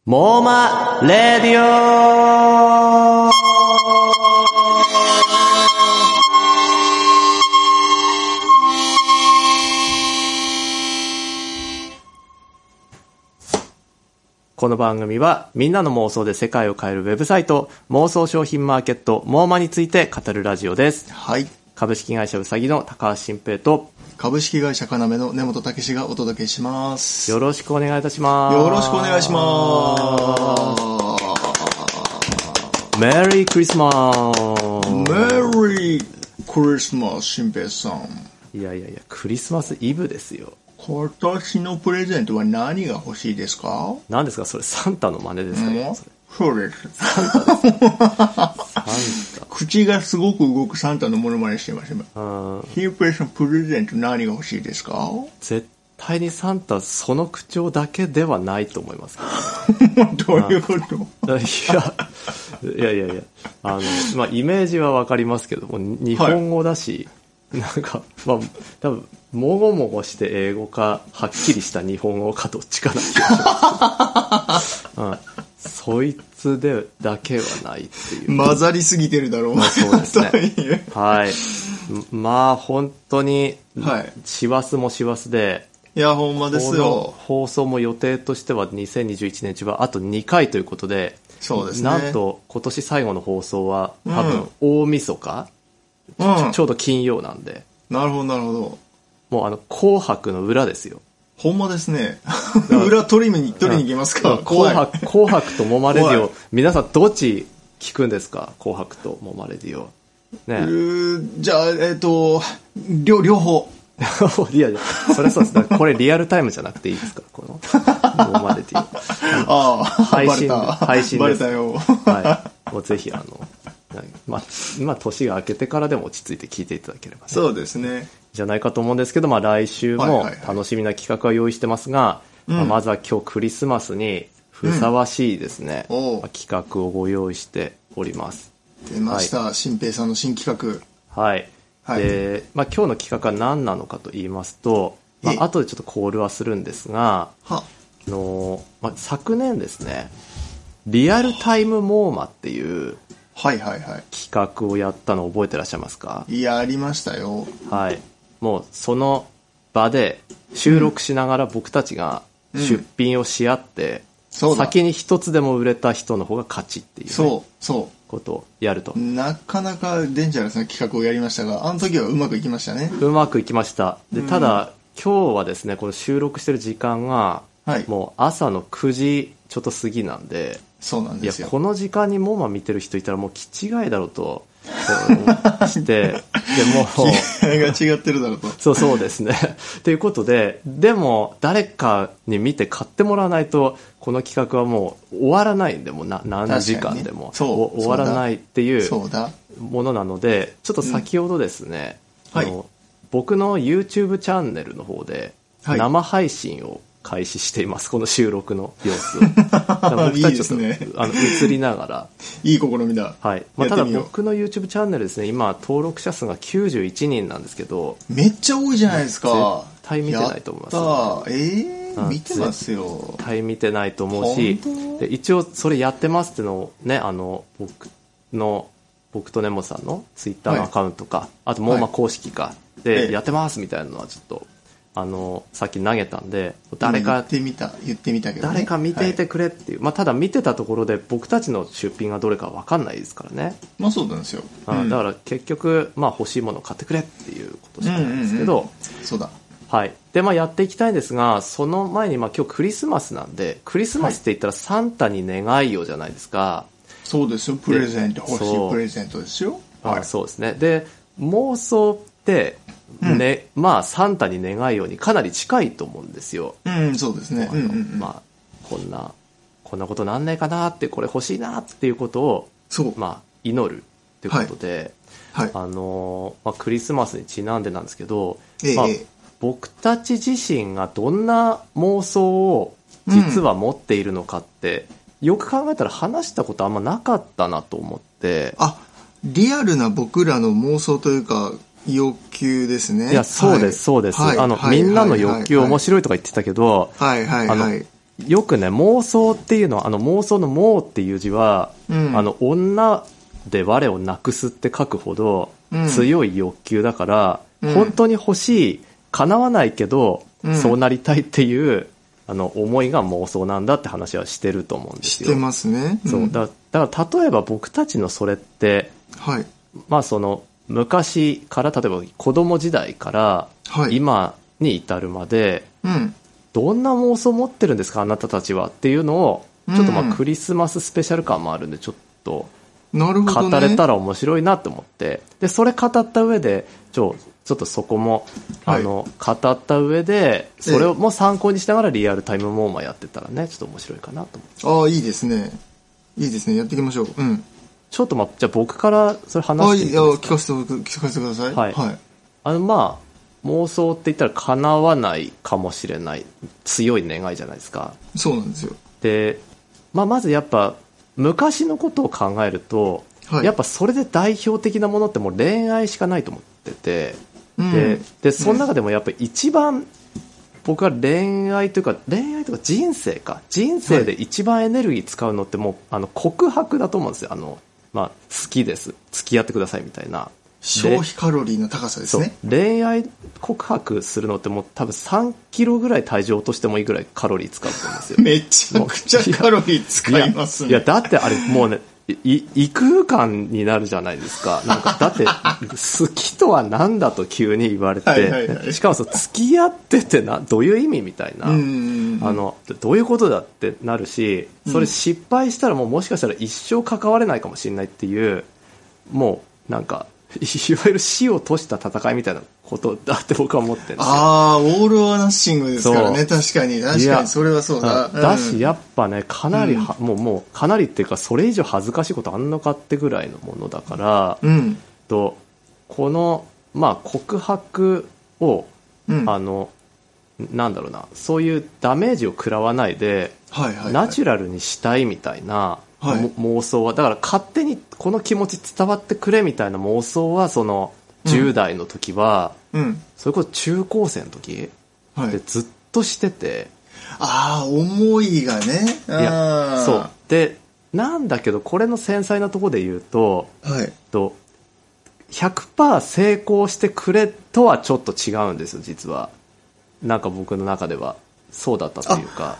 モーマレディオ。この番組はみんなの妄想で世界を変えるウェブサイト妄想商品マーケットモーマについて語るラジオです。 はい。 株式会社うさぎの高橋新平と株式会社かなめの根本武史がお届けします。 よろしくお願いいたします。 よろしくお願いします。 メリークリスマス。 メリークリスマス、新平さん。 いやクリスマスイブですよ。 今年のプレゼントは何が欲しいですか？ 何ですかそれ？サンタの真似ですかね？ そうです。 サンタです。サンタ。 口がすごく動くサンタのモノマネしてます。新平さん、プレゼント何が欲しいですか？ 絶対にサンタその口調だけではないと思います。 どういうこと？ いやイメージはわかりますけども、日本語だし、はい、なんか多分もごもごして英語かはっきりした日本語かどっちかな気がします。そいつでだけはないっていう。 混ざりすぎてるだろう。 そうですね。はい。まあ本当に師走も師走で、 いやほんまですよ。 放送も予定としては2021年中はあと2回ということで、 そうですね。 なんと今年最後の放送は多分大晦日、ちょうど金曜なんで。 なるほどなるほど。 もう紅白の裏ですよ。 ほんまですね。裏取りに行きますか？ 紅白とモマレディオ、皆さんどっち聞くんですか？紅白とモマレディオ。 ね。じゃあ、両方。 いや、それそうです。これリアルタイムじゃなくていいですか？このモマレディオ。配信バレたよ。 はい。もうぜひ年が明けてからでも落ち着いて聞いていただければね。 そうですね。 じゃないかと思うんですけど、来週も楽しみな企画は用意してますが、まずは今日クリスマスにふさわしいですね、企画をご用意しております。 出ました、新平さんの新企画。はい。今日の企画は何なのかと言いますと、後でちょっとコールはするんですが、昨年ですね、リアルタイムモーマっていう企画をやったのを覚えてらっしゃいますか？ いや、ありましたよ。 はい。もうその場で収録しながら僕たちが出品をし合って、先に一つでも売れた人の方が勝ちっていう、ことをやると。 なかなかデンジャラスな企画をやりましたが、あの時はうまくいきましたね。 うまくいきました。で、ただ今日はですね、この収録してる時間が、もう朝の9時ちょっと過ぎなんで、 そうなんですよ。 この時間にモーマ見てる人いたらもう気違いだろうとして、でも気合が違ってるだろうと。そうですね。ということで、でも誰かに見て買ってもらわないとこの企画はもう終わらないんで、もう何時間でも終わらないっていうものなので、ちょっと先ほどですね、僕の YouTube チャンネルの方で生配信を開始しています。この収録の様子を。僕たちちょっと映りながら。 いい試みだ。 はい。ただ僕の YouTube チャンネルですね、今登録者数が91人なんですけど。 めっちゃ多いじゃないですか。 絶対見てないと思います、 見てますよ。 絶対見てないと思うし、で一応それやってますっていうのをね、僕と根本さんの Twitter のアカウントか、あとモーマ公式かでやってますみたいなのはちょっと。さっき投げたんで、誰か言ってみたけど、ね、 誰か見ていてくれっていう、ただ見てたところで僕たちの出品がどれか分かんないですからね。 そうなんですよ。 だから結局欲しいものを買ってくれっていうことしかないんですけど、 そうだ。 はい。でやっていきたいんですが、その前に今日クリスマスなんで、クリスマスって言ったらサンタに願いよじゃないですか。 そうですよ。プレゼント欲しいプレゼントですよ。 そうですね。で妄想ってサンタに願いようにかなり近いと思うんですよ。 そうですね。 こんなことなんないかなって、これ欲しいなっていうことを祈るということで、クリスマスにちなんでなんですけど、僕たち自身がどんな妄想を実は持っているのかって、よく考えたら話したことあんまなかったなと思って。 リアルな僕らの妄想というか欲求ですね。 いや、そうです、そうです。みんなの欲求面白いとか言ってたけど、 よくね、妄想っていうのは、妄想の妄っていう字は、女で我をなくすって書くほど強い欲求だから、本当に欲しい、叶わないけど、そうなりたいっていう、思いが妄想なんだって話はしてると思うんですよ。 してますね。 そうだから例えば僕たちのそれって、 はい。 まあその昔から例えば子供時代から今に至るまで、どんな妄想を持ってるんですかあなたたちはっていうのをちょっとまあクリスマススペシャル感もあるんでちょっと語れたら面白いなと思って、でそれ語った上でちょっとそこも語った上でそれをも参考にしながらリアルタイムモーマーやってたらねちょっと面白いかなと思って。 ああいいですね。いいですね。やっていきましょう。 ちょっとじゃあ僕からそれ話していいですか。 聞かせてください。 はい。まあ妄想って言ったら叶わないかもしれない強い願いじゃないですか。 そうなんですよ。 で、まずやっぱ昔のことを考えると、やっぱそれで代表的なものってもう恋愛しかないと思ってて、でその中でもやっぱり一番僕は恋愛というか人生で一番エネルギー使うのってもう告白だと思うんですよ。好きです付き合ってくださいみたいな消費カロリーの高さですね。 恋愛告白するのってもう多分3キロぐらい体重落としてもいいぐらいカロリー使うと思うんですよ。 めちゃくちゃカロリー使いますね。 いやだってあれもうね異空間になるじゃないですか。なんかだって好きとは何だと急に言われてしかも付き合っててどういう意味みたいなどういうことだってなるし、それ失敗したらもしかしたら一生関われないかもしれないっていうもうなんかいわゆる死を賭した戦いみたいなことだって僕は思ってるんですよ。 オール・オア・ナッシングですからね。確かにそれはそうだ。 だしやっぱねかなりもうかなりっていうかそれ以上恥ずかしいことあんのかってぐらいのものだから、この告白をなんだろうな、そういうダメージを食らわないでナチュラルにしたいみたいな妄想はだから勝手にこの気持ち伝わってくれみたいな妄想はその10代の時は、それこそ中高生の時でずっとしてて、 思いがね。 いやそうでなんだけどこれの繊細なところで言うと、100% 成功してくれとはちょっと違うんですよ実は。なんか僕の中ではそうだったというか、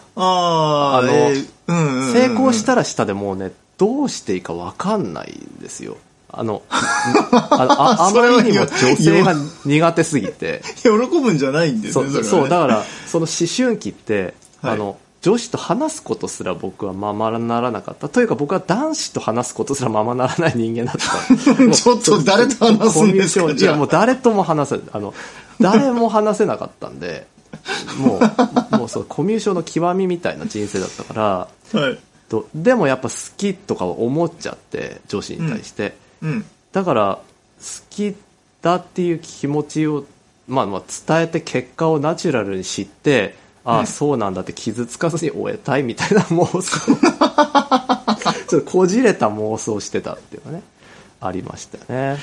成功したらしたでもうねどうしていいか分かんないんですよ。あまりにも女性が苦手すぎて喜ぶんじゃないんですね。 そうだからその思春期って、女子と話すことすら僕はままならなかったというか、僕は男子と話すことすらままならない人間だったちょっと誰と話すんですか。 いやもう誰とも話せ誰も話せなかったんでもうそうコミュ障の極みみたいな人生だったから、でもやっぱ好きとか思っちゃって女子に対して、だから好きだっていう気持ちを、伝えて結果をナチュラルに知って、そうなんだって傷つかずに終えたいみたいな妄想ちょっとこじれた妄想してたっていうかねありましたね。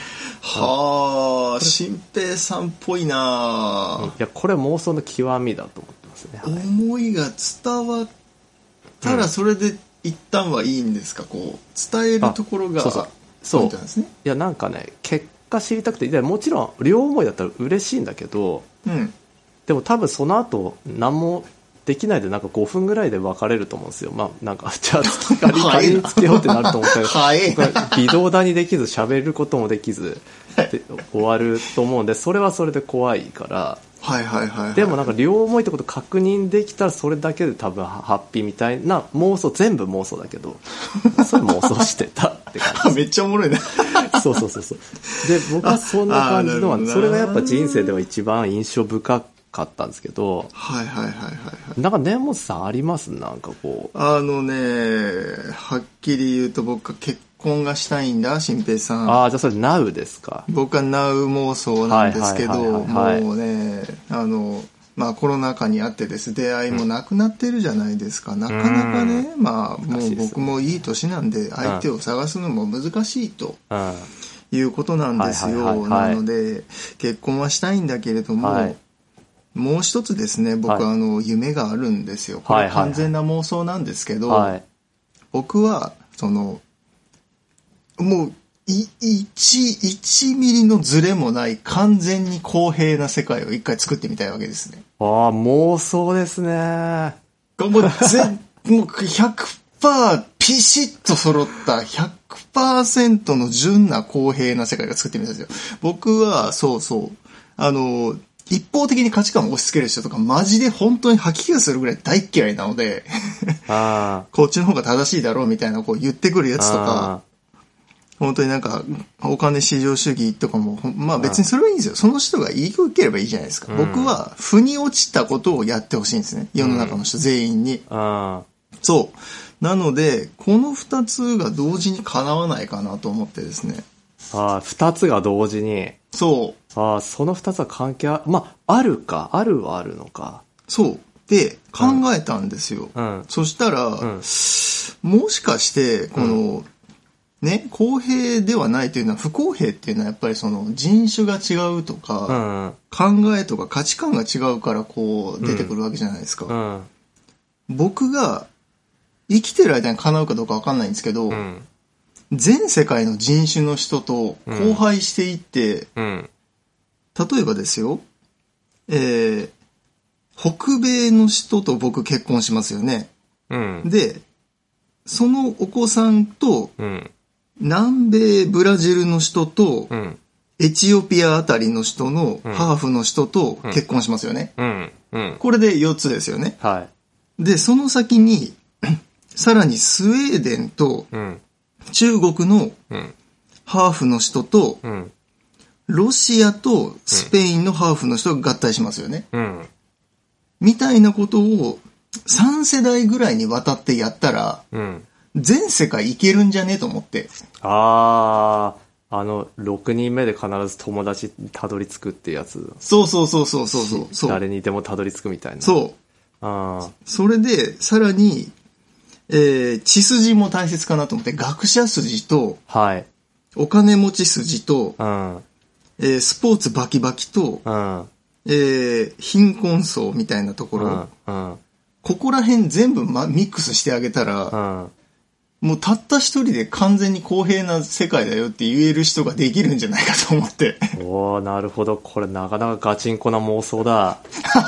新平さんっぽいな。 いやこれ妄想の極みだと思ってますね。 思いが伝わったらそれで一旦はいいんですか。伝えるところがポイントなんですね。 いやなんかね結果知りたくて、もちろん両思いだったら嬉しいんだけど、でも多分その後何もできないでなんか5分ぐらいで別れると思うんですよ。なんかじゃあ仮につけようってなると思ったら微動だにできず喋ることもできずで終わると思うんで、それはそれで怖いから。でもなんか両思いってこと確認できたらそれだけで多分ハッピーみたいな妄想、全部妄想だけどそれ妄想してたって感じめっちゃおもろいなそうで僕はそんな感じのはそれがやっぱ人生では一番印象深かったんですけど、なんか根本さんあります？なんかはっきり言うと僕は結婚がしたいんだ、新平さん。 じゃあそれナウですか。 僕はナウ妄想なんですけど、もうねコロナ禍にあってです出会いもなくなってるじゃないですか。なかなかね、もう僕もいい年なんで相手を探すのも難しいということなんですよ。なので結婚はしたいんだけれども、 もう一つですね、僕は夢があるんですよ。これ完全な妄想なんですけど、僕は、もう、1ミリのズレもない完全に公平な世界を一回作ってみたいわけですね。 ああ、妄想ですね。 もう100% ピシッと揃った 100% の純な公平な世界が作ってみたいんですよ。僕は、そうそう。一方的に価値観を押し付ける人とかマジで本当に吐き気がするぐらい大っ嫌いなのでこっちの方が正しいだろうみたいなこう言ってくるやつとか、本当になんかお金至上主義とかも、まあ別にそれはいいんですよ。その人が言い受ければいいじゃないですか。僕は腑に落ちたことをやってほしいんですね。世の中の人全員に。そう。なので、この二つが同時に叶わないかなと思ってですね。 二つが同時に。 そう。 その二つは関係あるか。あるはあるのか。 そう。で、考えたんですよ。そしたら、もしかして、この、ね、公平ではないというのは、不公平っていうのはやっぱりその人種が違うとか、考えとか価値観が違うからこう出てくるわけじゃないですか。僕が生きてる間に叶うかどうかわかんないんですけど、全世界の人種の人と交配していって、例えばですよ、北米の人と僕結婚しますよね。で、そのお子さんと、南米ブラジルの人と、エチオピアあたりの人のハーフの人と結婚しますよね。これで4つですよね。で、その先に、さらにスウェーデンと、中国のハーフの人と、ロシアとスペインのハーフの人が合体しますよね。みたいなことを3世代ぐらいにわたってやったら、全世界いけるんじゃねえと思って。 6人目で必ず友達にたどり着くってやつ。 そう。 誰にでもたどり着くみたいな。 そう。それで、さらに、血筋も大切かなと思って、学者筋と、お金持ち筋と、スポーツバキバキと、貧困層みたいなところ、ここら辺全部ミックスしてあげたら、もうたった一人で完全に公平な世界だよって言える人ができるんじゃないかと思って。 なるほど。これなかなかガチンコな妄想だ。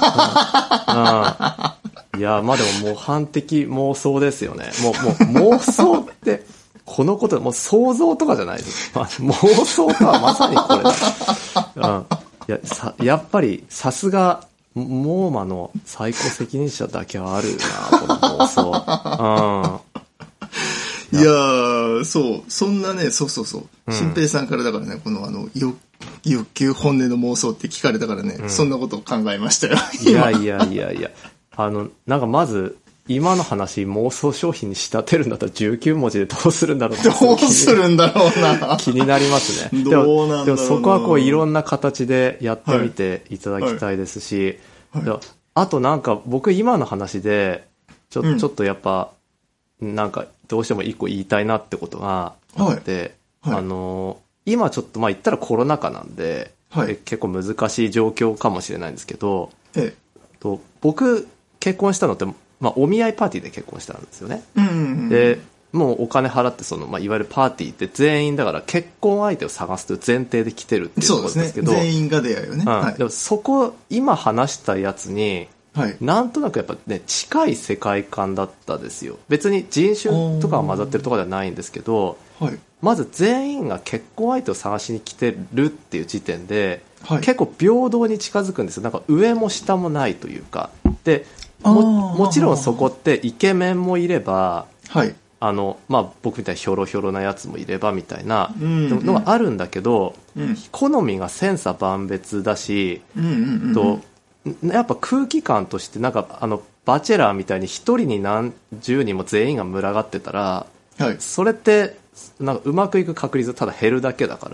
いや、まあでも模範的妄想ですよね。もう妄想って、このこと、もう想像とかじゃないです。妄想とはまさにこれだ。やっぱりさすが、モーマの最高責任者だけはあるな、この妄想。 いやー、そう、そんなね、そう。新平さんからだからね、この欲求本音の妄想って聞かれたからね、そんなことを考えましたよ。 いや。なんかまず、今の話、妄想商品に仕立てるんだったら19文字でどうするんだろうって。 どうするんだろうな。 気になりますね。 どうなんだろうな。 でもそこはこういろんな形でやってみていただきたいですし、あとなんか僕今の話で、ちょっとやっぱ、なんかどうしても一個言いたいなってことがあって、今ちょっと言ったらコロナ禍なんで、結構難しい状況かもしれないんですけど、僕結婚したのって、お見合いパーティーで結婚したんですよね。で、もうお金払っていわゆるパーティーって全員だから結婚相手を探すという前提で来てるっていうところですけど、 全員が出会いよね。 でもそこ、今話したやつに、なんとなくやっぱね、近い世界観だったですよ。別に人種とかが混ざってるとかではないんですけど、まず全員が結婚相手を探しに来てるっていう時点で、結構平等に近づくんですよ。なんか上も下もないというか。で、もちろんそこってイケメンもいれば、僕みたいにヒョロヒョロなやつもいればみたいなのがあるんだけど、好みが千差万別だし、やっぱ空気感としてなんかバチェラーみたいに一人に何十人も全員が群がってたら、それってなんかうまくいく確率ただ減るだけだから。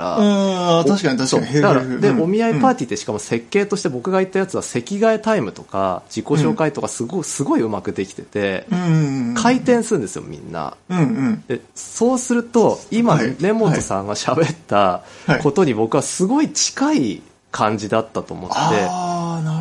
確かに減る。 だからで、お見合いパーティーってしかも設計として僕が言ったやつは席替えタイムとか自己紹介とかすごいうまくできてて、回転するんですよみんな。でそうすると今根本さんが喋ったことに僕はすごい近い感じだったと思って。 なるほどね。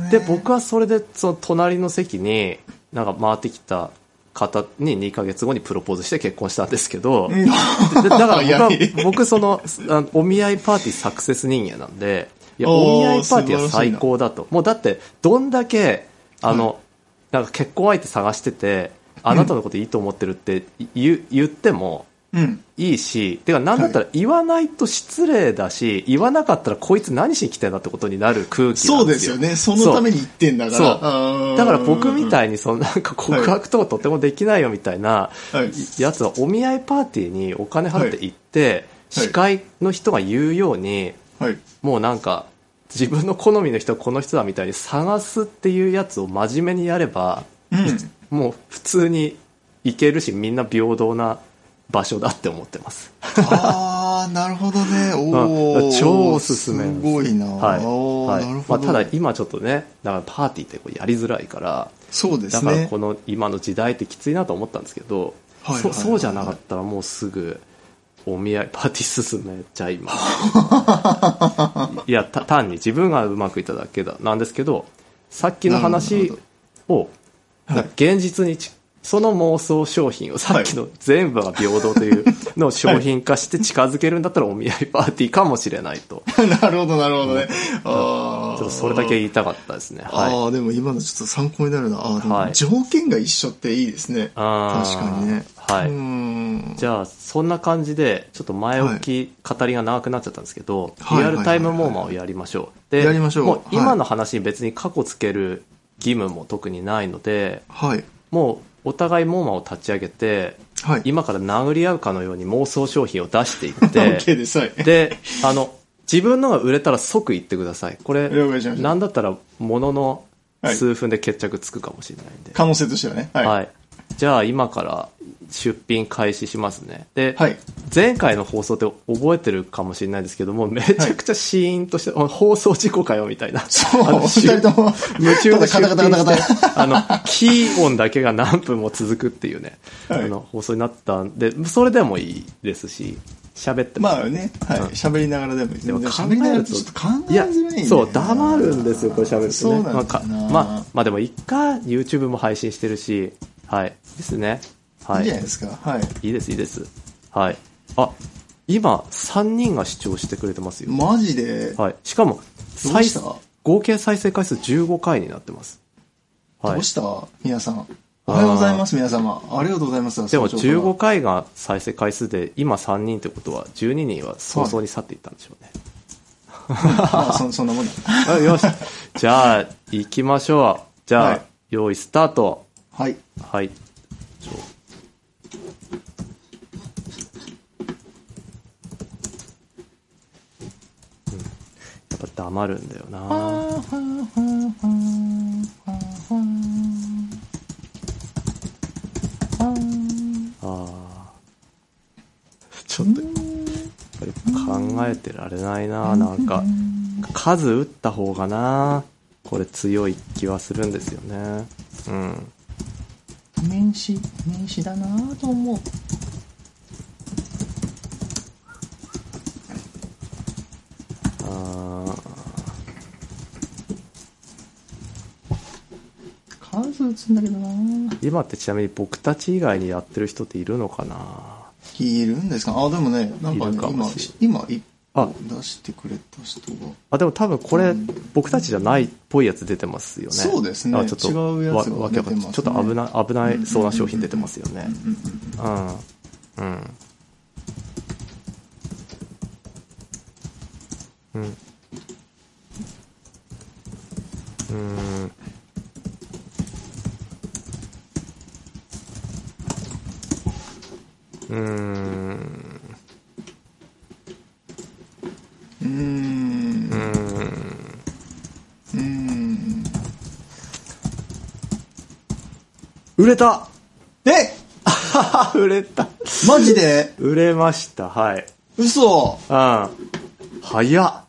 で、僕はそれで、その隣の席に、なんか回ってきた方に2ヶ月後にプロポーズして結婚したんですけど、だから僕その、お見合いパーティーサクセス人間なんで、いや、お見合いパーティーは最高だと。もうだって、どんだけ、なんか結婚相手探してて、あなたのこといいと思ってるって言ってもいいし、てかなんだったら言わないと失礼だし、言わなかったらこいつ何しに来てんだってことになる空気なんですよ。 そうですよね。そのために言ってんだから。 そう。だから僕みたいになんか告白とかとてもできないよみたいなやつはお見合いパーティーにお金払って行って、司会の人が言うように、もうなんか自分の好みの人はこの人だみたいに探すっていうやつを真面目にやれば、もう普通に行けるし、みんな平等な場所だって思ってます。 ああ、なるほどね。お超おすすめ。 すごいな。 はい。 なるほど。 ただ今ちょっとね、だからパーティーってこうやりづらいから、 そうですね。 だからこの今の時代ってきついなと思ったんですけど、そうじゃなかったらもうすぐお見合いパーティー進めちゃいます。いや、単に自分がうまくいっただけなんですけど、さっきの話を現実にその妄想商品をさっきの全部が平等というのを商品化して近づけるんだったらお見合いパーティーかもしれないと。 なるほどなるほどね。 ちょっとそれだけ言いたかったですね。 でも今のちょっと参考になるな。条件が一緒っていいですね。確かにね。 じゃあそんな感じでちょっと前置き語りが長くなっちゃったんですけど、リアルタイムモーマをやりましょう。で、 やりましょう。 もう今の話に別に過去つける義務も特にないので、もうお互いモーマを立ち上げて、今から殴り合うかのように妄想商品を出していって、で、自分のが売れたら即言ってください。これ、なんだったらものの数分で決着つくかもしれないんで。 可能性としてはね。 はい。じゃあ今から出品開始しますね。で、前回の放送って覚えてるかもしれないですけども、めちゃくちゃシーンとして、放送事故かよみたいな。 そう、二人とも夢中で出品してキー音だけが何分も続くっていうね、放送になったんで、それでもいいですし、喋っても。 まあね、喋りながらでもいい。でも喋りながらちょっと考えづらいんだよ。 そう、黙るんですよ、これ喋るとね。 そうなんだな。 まあでも一回 YouTube も配信してるし、ですね。 いいじゃないですか。 いいです、いいです。今、3人が視聴してくれてますよ。 マジで？ しかも、合計再生回数15回になってます。 どうした皆さん。おはようございます、皆様。ありがとうございます。 でも15回が再生回数で、今3人ってことは、12人は早々に去っていったんでしょうね。 そんなもんだ。 よし。じゃあ、行きましょう。じゃあ、用意スタート。やっぱ黙るんだよな。ちょっとやっぱり考えてられないな。なんか数打った方がな、これ強い気はするんですよね。 名詞だなと思う。数打つんだけどな。 今ってちなみに僕たち以外にやってる人っているのかな。 いるんですか。でもね、なんかね、今一本出してくれた人が。 でも多分これ、僕たちじゃないっぽいやつ出てますよね。 そうですね。ちょっと違うやつが出てますね。 ちょっと危ないそうな商品出てますよね。売れた。売れた。 マジで？ 売れました。 嘘。 早っ。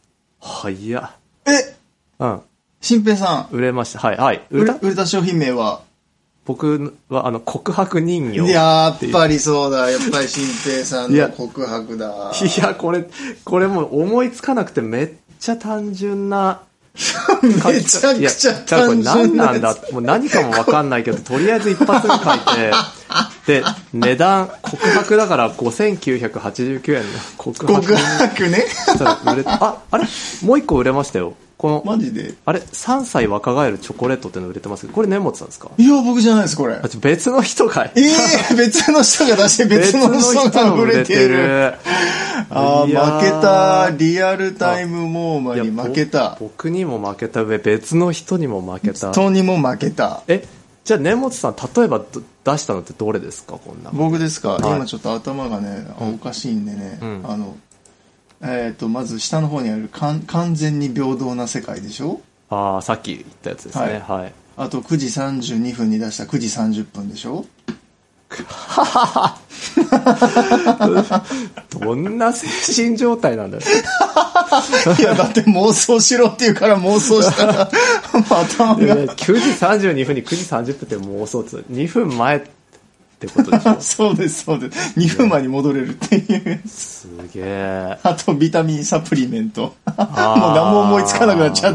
新平さん。売れました。 売れた商品名は？ 僕は告白人形。 やっぱりそうだ。やっぱり新平さんの告白だ。 これもう思いつかなくてめっちゃ単純なめちゃくちゃ単純なやつ。 これ何なんだ、もう何かもわかんないけど、とりあえず一発目書いて、で、値段、告白だから5989円の告白。 告白ね。 あれもう一個売れましたよ。この、 マジであれ ?3 歳若返るチョコレートっての売れてますけど、これ根本さんですか？ いや、僕じゃないです、これ。 別の人が。 別の人が出して別の人が売れてる。ああ、負けた。リアルタイムモーマに負けた。 僕にも負けた上、別の人にも負けた。 人にも負けた。 じゃあ根本さん、例えば出したのってどれですか？こんな。 僕ですか？今ちょっと頭がね、おかしいんでね、まず下の方にある完全に平等な世界でしょ。 ああ、さっき言ったやつですね。はい。 あと9時32分に出した9時30分でしょ。 どんな精神状態なんだよ。 いや、だって妄想しろって言うから妄想したら、頭が。 9時32分に9時30分って妄想って2分前ってことでしょ。 そうです、そうです。2分前に戻れるっていう。 すげえ。 あと、ビタミンサプリメント。もう何も思いつかなくなっちゃって。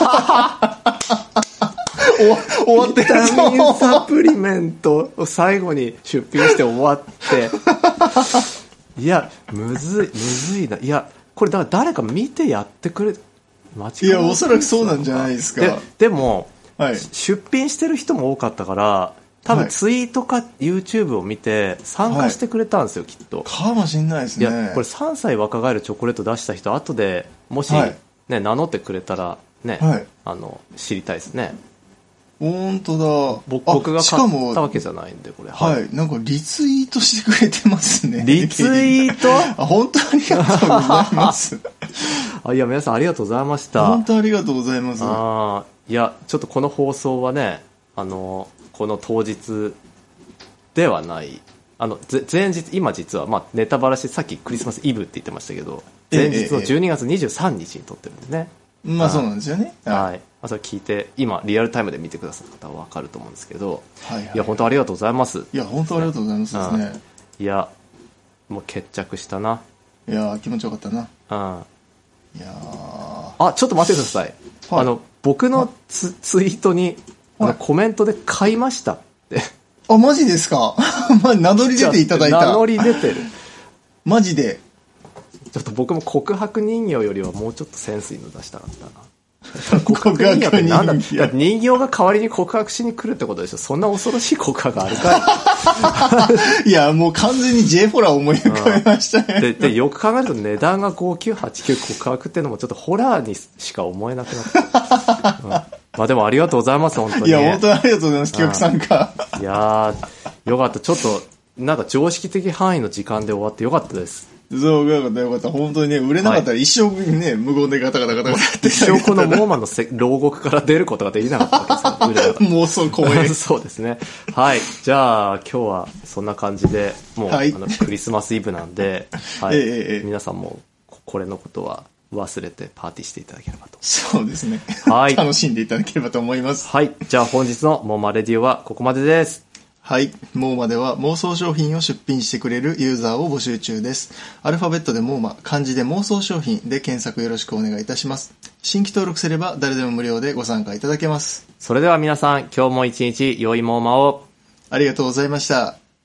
終わってる。 ビタミンサプリメントを最後に出品して終わって。いや、むずいな。いや、これだから誰か見てやってくれ、 いや、おそらくそうなんじゃないですか。 でも、 はい、 出品してる人も多かったから、多分ツイートか YouTube を見て参加してくれたんですよ、きっと。 かもしんないですね。 いや、これ3歳若返るチョコレート出した人、後でもし、ね、名乗ってくれたらね、知りたいですね。 本当だ。 僕が買ったわけじゃないんで、これ。 はい。なんかリツイートしてくれてますね。 リツイート本当ありがとうございます。 いや、皆さんありがとうございました。 本当ありがとうございます。 いや、ちょっとこの放送はね、この当日ではない、前日、今実は、ネタバラシ、さっきクリスマスイブって言ってましたけど、前日の12月23日に撮ってるんですね。 そうなんですよね。 はい。それ聞いて、今、リアルタイムで見てくださった方は分かると思うんですけど、いや、本当ありがとうございます。 いや、本当ありがとうございますですね。 いや、もう決着したな。 いや、気持ちよかったな。いやちょっと待ってください。僕のツイートに、コメントで買いましたって。 マジですか？名乗り出ていただいた。 名乗り出てる。 マジで。 ちょっと僕も告白人形よりはもうちょっとセンスいいの出したかったな。 告白人形ってなんだ？ 人形が代わりに告白しに来るってことでしょ。そんな恐ろしい告白あるかい。いや、もう完全に J ホラー思い浮かべましたね。 で、よく考えると値段が5989告白っていうのもちょっとホラーにしか思えなくなった。でもありがとうございます、本当に。 いや、本当にありがとうございます、企画参加。 いやー、よかった。ちょっと、なんか常識的範囲の時間で終わってよかったです。 そう、よかったよかった。本当にね、売れなかったら一生ね、無言でガタガタガタガタって。 一生このモーマンの牢獄から出ることができなかったわけですから、 妄想公演。 そうですね。はい。じゃあ、今日はそんな感じで、もう、クリスマスイブなんで、はい。皆さんも、これのことは忘れてパーティーしていただければと。 そうですね。 はい。 楽しんでいただければと思います。 はい。じゃあ本日のモーマレディオはここまでです。 はい。モーマでは妄想商品を出品してくれるユーザーを募集中です。アルファベットでモーマ、漢字で妄想商品で検索よろしくお願いいたします。新規登録すれば誰でも無料でご参加いただけます。 それでは皆さん、今日も一日良いモーマを。 ありがとうございました。